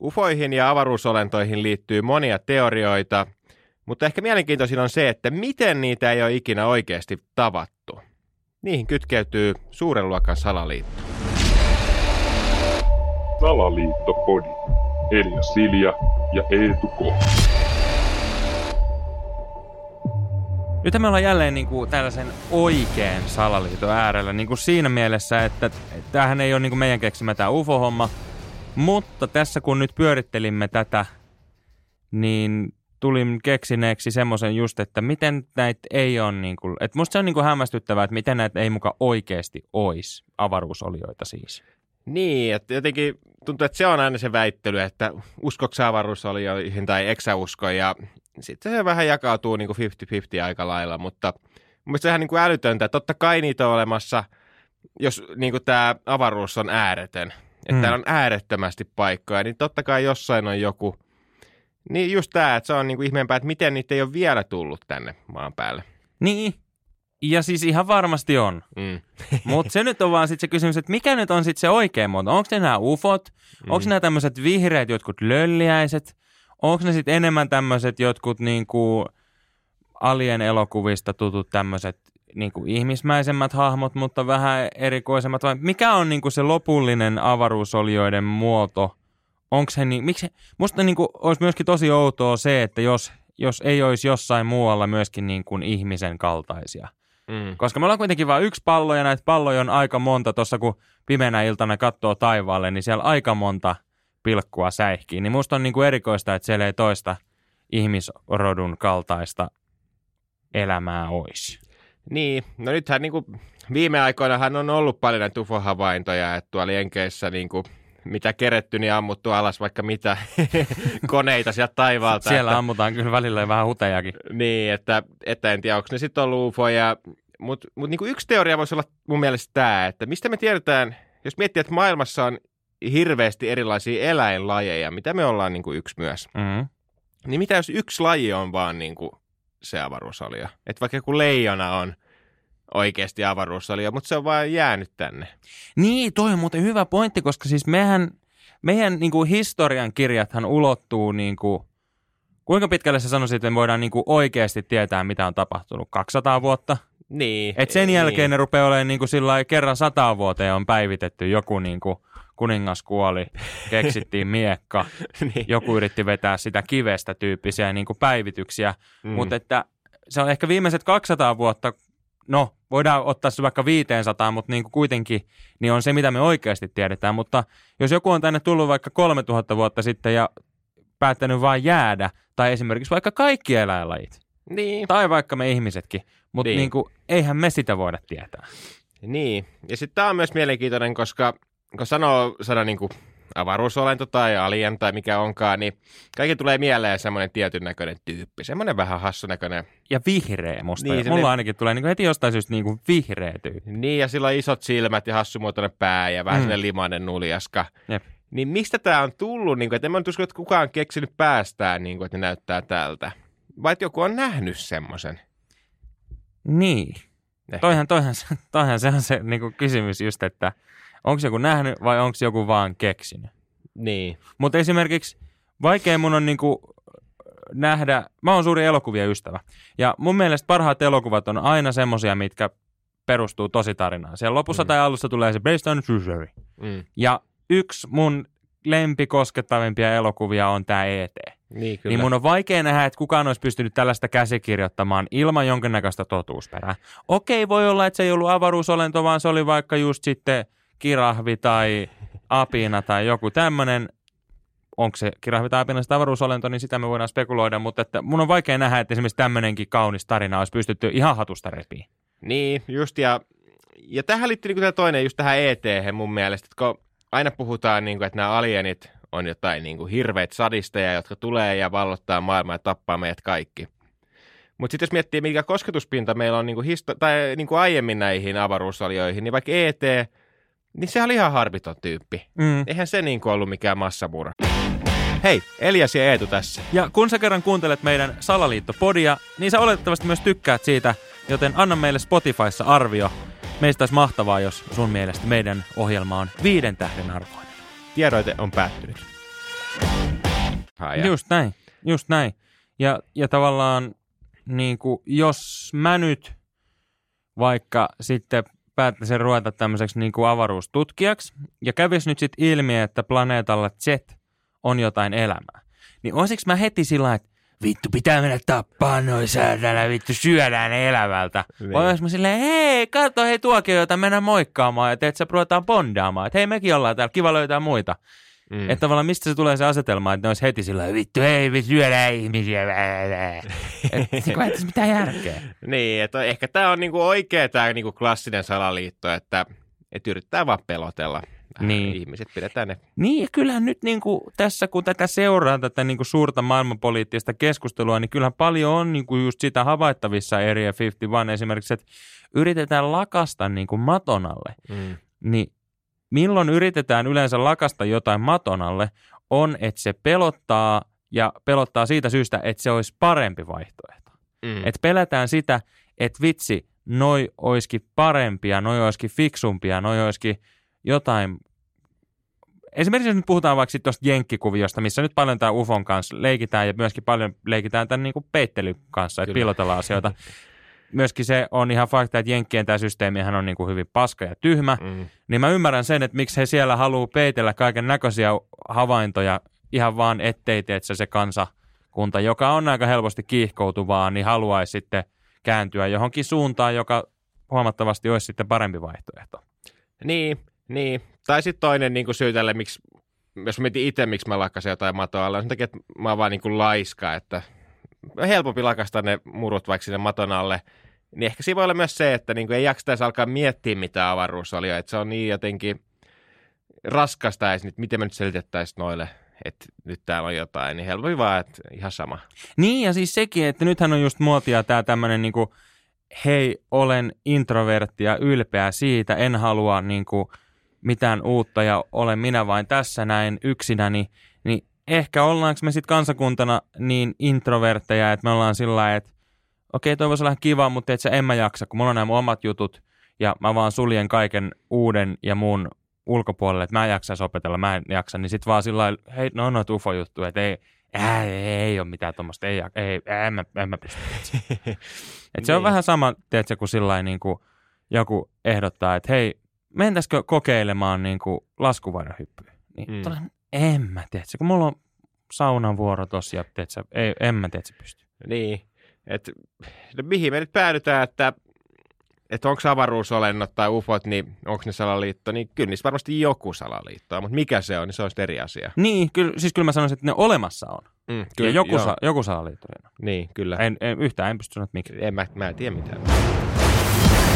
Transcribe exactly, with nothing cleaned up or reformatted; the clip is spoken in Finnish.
ufoihin ja avaruusolentoihin liittyy monia teorioita, mutta ehkä mielenkiintoisin on se, että miten niitä ei ole ikinä oikeasti tavattu. Niihin kytkeytyy suuren luokan salaliitto. Salaliittopodi. Elia Silja ja Eetu K. Nyt me ollaan jälleen niin kuin tällaisen oikean salaliiton äärellä niin kuin siinä mielessä, että tämähän ei ole niin kuin meidän keksimä tämä U F O-homma, mutta tässä kun nyt pyörittelimme tätä, niin tulin keksineeksi semmoisen just, että miten näitä ei ole, niin kuin, että musta se on niin kuin hämmästyttävää, että miten näitä ei muka oikeasti olisi avaruusolioita siis. Niin, että jotenkin tuntuu, että se on aina se väittely, että uskoksi avaruusolioihin tai eikö sä usko, ja sitten se vähän jakautuu niin kuin viisikymmentä viisikymmentä aika lailla, mutta mun mielestä se on ihan niin kuin älytöntä. Totta kai niitä on olemassa, jos niin kuin tämä avaruus on ääretön, että mm. täällä on äärettömästi paikkoja, niin totta kai jossain on joku, niin just tämä, että se on niin kuin ihmeempää, että miten niitä ei ole vielä tullut tänne maan päälle. Niin, ja siis ihan varmasti on. Mm. Mutta se nyt on vaan sitten se kysymys, että mikä nyt on sitten se oikea muoto? Onko ne nämä ufot? Mm. Onko nämä tämmöiset vihreät jotkut lölliäiset? Onko ne sitten enemmän tämmöiset jotkut niinku Alien-elokuvista tutut tämmöiset niinku ihmismäisemmät hahmot, mutta vähän erikoisemmat? Vai mikä on niinku se lopullinen avaruusolioiden muoto? Onko he niin, miksi, musta niinku olisi myöskin tosi outoa se, että jos, jos ei olisi jossain muualla myöskin niin kuin ihmisen kaltaisia. Mm. Koska me ollaan kuitenkin vain yksi pallo ja näitä palloja on aika monta. Tuossa kun pimeänä iltana katsoo taivaalle, niin siellä aika monta pilkkua säihkii. Niin musta on niinku erikoista, että siellä ei toista ihmisrodun kaltaista elämää olisi. Niin, no nythän niinku viime aikoinahan on ollut paljon näitä U F O-havaintoja, että tuolla Jenkeissä niinku mitä keretty, niin ammuttu alas vaikka mitä koneita sieltä taivaalta. Siellä että, ammutaan kyllä välillä vähän hutejakin. Niin, että, että en tiedä, onko ne sitten ollut U F Oja. Mutta mut niinku yksi teoria voisi olla mun mielestä tämä, että mistä me tiedetään, jos miettii, että maailmassa on hirveästi erilaisia eläinlajeja, mitä me ollaan niinku yksi myös, mm-hmm. niin mitä jos yksi laji on vaan niinku se avaruusolio? Että vaikka joku leijona on oikeasti avaruusolio, mutta se on vaan jäänyt tänne. Niin, toi on muuten hyvä pointti, koska siis mehän, meidän niin kuin historian kirjathan ulottuu, niin kuin, kuinka pitkälle sä sanoisit, että me voidaan niin kuin oikeasti tietää, mitä on tapahtunut? kaksisataa vuotta? Niin. Et sen niin. jälkeen ne rupeaa olemaan niin kuin sillai, kerran sataan vuoteen on päivitetty joku niin kuin kuningas kuoli, keksittiin miekka, niin. Joku yritti vetää sitä kivestä tyyppisiä niin kuin päivityksiä, mm. mutta että se on ehkä viimeiset kaksisataa vuotta. No, voidaan ottaa se vaikka viisisataa, mutta niin kuin kuitenkin niin on se, mitä me oikeasti tiedetään. Mutta jos joku on tänne tullut vaikka kolmetuhatta vuotta sitten ja päättänyt vaan jäädä, tai esimerkiksi vaikka kaikki eläinlajit, niin. Tai vaikka me ihmisetkin, mutta niin. Niin kuin, eihän me sitä voida tietää. Niin, ja sitten tämä on myös mielenkiintoinen, koska kun sanoo sana niin kuin avaruusolento tai alien tai mikä onkaan, niin kaikki tulee mieleen semmoinen tietyn näköinen tyyppi, semmoinen vähän hassun näköinen. Ja vihreä musta. Niin, mulla ne... ainakin tulee niin heti jostain syystä niin kuin vihreä tyyppi. Niin, ja sillä on isot silmät ja hassumuotoinen pää ja vähän mm. sellainen limainen nuljaska. Jep. Niin mistä tämä on tullut? Niin kuin, että en mä nyt usko, että kukaan on keksinyt päästään, niin kuin, että ne näyttää tältä. Vai joku on nähnyt semmoisen? Niin. Toihan, toihan, toihan se on se niin kuin kysymys just, että onko joku nähnyt vai onko joku vaan keksinyt? Niin. Mutta esimerkiksi vaikea mun on niinku nähdä, mä oon suuri elokuvien ystävä. Ja mun mielestä parhaat elokuvat on aina semmosia, mitkä perustuu tositarinaan. Siellä lopussa mm. tai alussa tulee se based on true story. Mm. Ja yksi mun lempikoskettavimpia elokuvia on tää E T. Niin, kyllä. Niin mun on vaikea nähdä, että kukaan olisi pystynyt tällaista käsikirjoittamaan ilman jonkinnäköistä totuusperää. Okei, voi olla, että se ei ollut avaruusolento, vaan se oli vaikka just sitten kirahvi tai apina tai joku tämmöinen. Onko se kirahvi tai apina sitten avaruusolento, niin sitä me voidaan spekuloida, mutta että mun on vaikea nähdä, että esimerkiksi tämmöinenkin kaunis tarina olisi pystytty ihan hatusta repiin. Niin, just ja, ja tähän liittyy niin kuin toinen just tähän E T:hen mun mielestä, että kun aina puhutaan, niin kuin, että nämä alienit on jotain niin kuin hirveitä sadisteja, jotka tulee ja vallottaa maailmaa ja tappaa meidät kaikki. Mutta sitten jos miettii, mikä kosketuspinta meillä on niin kuin histo- tai niin kuin aiemmin näihin avaruusolioihin, niin vaikka E T, niin se oli ihan harmiton tyyppi. Mm. Eihän se niin kuin ollut mikään massamurha. Hei, Elias ja Eetu tässä. Ja kun sä kerran kuuntelet meidän Salaliittopodia, niin sä oletettavasti myös tykkäät siitä, joten anna meille Spotifyssa arvio. Meistä olisi mahtavaa, jos sun mielestä meidän ohjelma on viiden tähden arvoinen. Tiedoite on päättynyt. Ja... Just näin, just näin. Ja, ja tavallaan, niin kuin, jos mä nyt vaikka sitten päättäisin ruveta tämmöiseksi niin kuin avaruustutkijaksi, ja kävisi nyt sitten ilmi, että planeetalla Z on jotain elämää, niin olisiko mä heti sillä että vittu, pitää mennä tappaa noin säädällä, vittu, syödään elävältä. Niin. Vai olis mä silleen, hei, katso, hei, tuokin jotain, mennään moikkaamaan, ja teet sä ruvetaan bondaamaan, että hei, mekin ollaan täällä, kiva löytää muita. Mm. Että tavallaan mistä se tulee se asetelma, että ne olisi heti sillä vittu, hei, me syödään ihmisiä. Että se ei mitään järkeä. Niin, että ehkä tämä on niinku oikea tämä niinku klassinen salaliitto, että, että yrittää vaan pelotella. Niin. Ihmiset pidetään ne. Niin, ja kyllähän nyt niinku tässä, kun tätä seuraa, tätä niinku suurta maailmanpoliittista keskustelua, niin kyllähän paljon on niinku just sitä havaittavissa Area viisikymmentäyksi esimerkiksi, että yritetään lakasta niinku maton alle. Mm. Niin milloin yritetään yleensä lakasta jotain maton alle, on, että se pelottaa ja pelottaa siitä syystä, että se olisi parempi vaihtoehto. Mm. Että pelätään sitä, että vitsi, noi olisikin parempia, noi olisikin fiksumpia, noi olisikin jotain. Esimerkiksi jos nyt puhutaan vaikka tuosta jenkkikuviosta, missä nyt paljon tämä U F O:n kanssa leikitään ja myöskin paljon leikitään tämän niin kuin peittelyn kanssa, että piilotellaan asioita. Myöskin se on ihan fakta, että jenkkien tämä systeemihän on niin kuin hyvin paska ja tyhmä, mm. niin mä ymmärrän sen, että miksi he siellä haluaa peitellä kaiken näköisiä havaintoja ihan vaan ettei teetsä se kansakunta, joka on aika helposti kiihkoutuvaa, niin haluaisi sitten kääntyä johonkin suuntaan, joka huomattavasti olisi sitten parempi vaihtoehto. Niin, niin. Tai sitten toinen niin kuin syy tälle, miksi, jos mietin itse, miksi mä lakkasin jotain matoa alla, on sen takia, että mä oon vaan niin kuin laiska, että helpompi lakastaa ne murut vaikka sinne maton alle. Niin ehkä siinä voi olla myös se, että niin kuin ei jaksaisi alkaa miettiä, mitä avaruus oli, että se on niin jotenkin raskasta, että miten me nyt selitettäisiin noille, että nyt täällä on jotain, niin helpompi vaan, että ihan sama. Niin, ja siis sekin, että nythän on just muotia tämä tämmöinen niin kuin, hei, olen introvertti ja ylpeä siitä, en halua niin kuin mitään uutta ja olen minä vain tässä näin yksinäni, niin ehkä ollaanko me sitten kansakuntana niin introvertteja, että me ollaan sillä lailla, että okei, toi voisi olla kiva, mutta et sä en mä jaksa, kun mulla on nämä mun omat jutut ja mä vaan suljen kaiken uuden ja muun ulkopuolelle, että mä en jaksaisi opetella, mä en jaksa, niin sit vaan sillä lailla, hei, no on noita U F O-juttuja, että ei, ää, ei, ei ole mitään tuommoista, ei, ei, en mä, en mä pysty. Että se on vähän sama, tiedätkö, kun sillä lailla niin kuin joku ehdottaa, että hei, mentäisikö kokeilemaan niin kuin laskuvarjohyppyä? Niin mm. todella, en mä, tiedätkö, kun mulla on saunan vuoro tossa ja tiedätkö, ei, en mä, tiedätkö, pysty. Niin, että no, mihin me nyt päädytään, että että onko avaruusolennot tai U F Ot, niin onko ne salaliitto, niin kyllä niissä varmasti joku salaliitto on, mutta mikä se on, niin se on eri asia. Niin, kyllä, siis kyllä mä sanoisin, että ne olemassa on. Mm, kyllä, ja joku, sa, joku salaliitto. Niin, kyllä. En, en, yhtään en pysty sanoa, että miksi. En mä, mä en tiedä mitään.